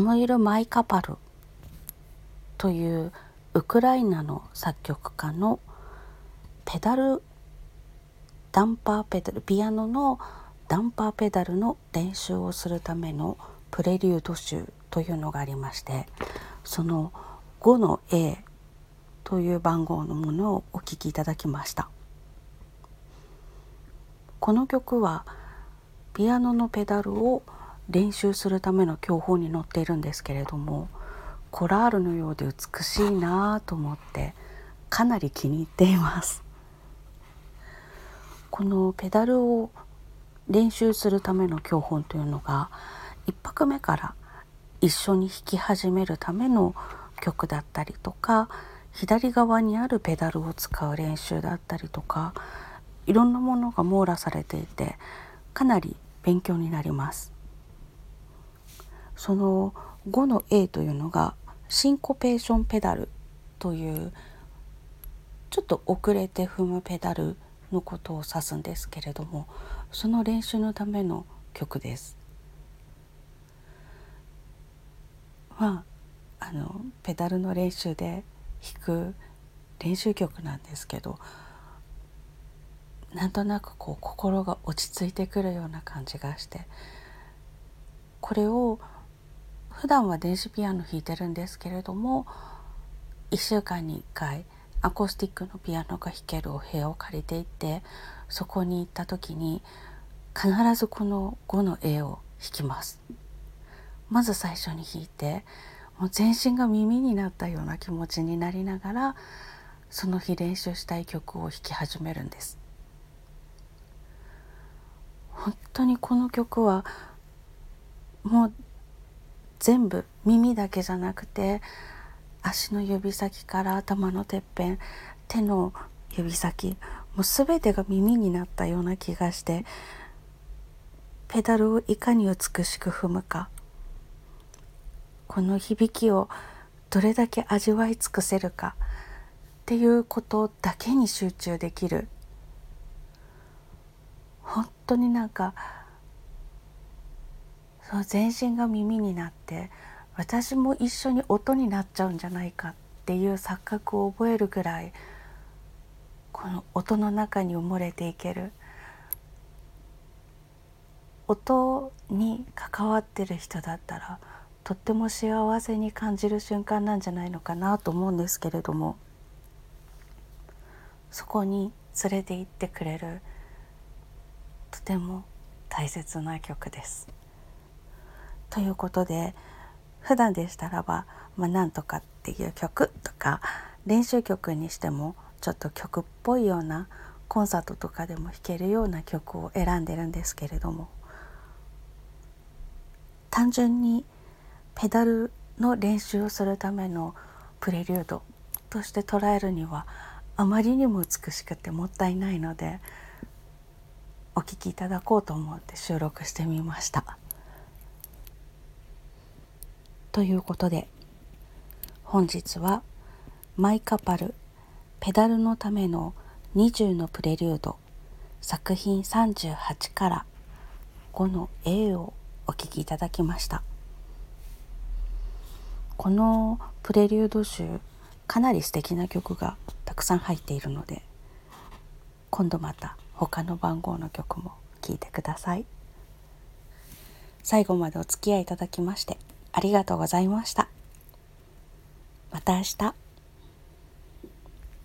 ムイル・マイカパルというウクライナの作曲家のダンパーペダル、ピアノのダンパーペダルの練習をするためのプレリュード集というのがありまして、その5の A という番号のものをお聴きいただきました。この曲はピアノのペダルを練習するための教本に載っているんですけれども、コラールのようで美しいなと思ってかなり気に入っています。このペダルを練習するための教本というのが1拍目から一緒に弾き始めるための曲だったりとか、左側にあるペダルを使う練習だったりとか、いろんなものが網羅されていてかなり勉強になります。その5の A というのがシンコペーションペダルというちょっと遅れて踏むペダルのことを指すんですけれども、その練習のための曲です。ペダルの練習で弾く練習曲なんですけど、なんとなく心が落ち着いてくるような感じがして、これを普段は電子ピアノ弾いてるんですけれども、1週間に1回アコースティックのピアノが弾けるお部屋を借りていって、そこに行った時に必ずこの5の A を弾きます。まず最初に弾いて、もう全身が耳になったような気持ちになりながら、その日練習したい曲を弾き始めるんです。本当にこの曲はもう全部、耳だけじゃなくて足の指先から頭のてっぺん、手の指先、もう全てが耳になったような気がして、ペダルをいかに美しく踏むか、この響きをどれだけ味わい尽くせるかっていうことだけに集中できる、本当にそう全身が耳になって、私も一緒に音になっちゃうんじゃないかっていう錯覚を覚えるぐらい、この音の中に埋もれていける、音に関わってる人だったらとっても幸せに感じる瞬間なんじゃないのかなと思うんですけれども、そこに連れて行ってくれるとても大切な曲です。ということで、普段でしたらば、なんとかっていう曲とか練習曲にしてもちょっと曲っぽいような、コンサートとかでも弾けるような曲を選んでるんですけれども、単純にペダルの練習をするためのプレリュードとして捉えるにはあまりにも美しくてもったいないので、お聴きいただこうと思って収録してみました。ということで、本日はマイカパルペダルのための20のプレリュード作品38から5の A をお聴きいただきました。このプレリュード集、かなり素敵な曲がたくさん入っているので、今度また他の番号の曲も聴いてください。最後までお付き合いいただきましてありがとうございました。また明日。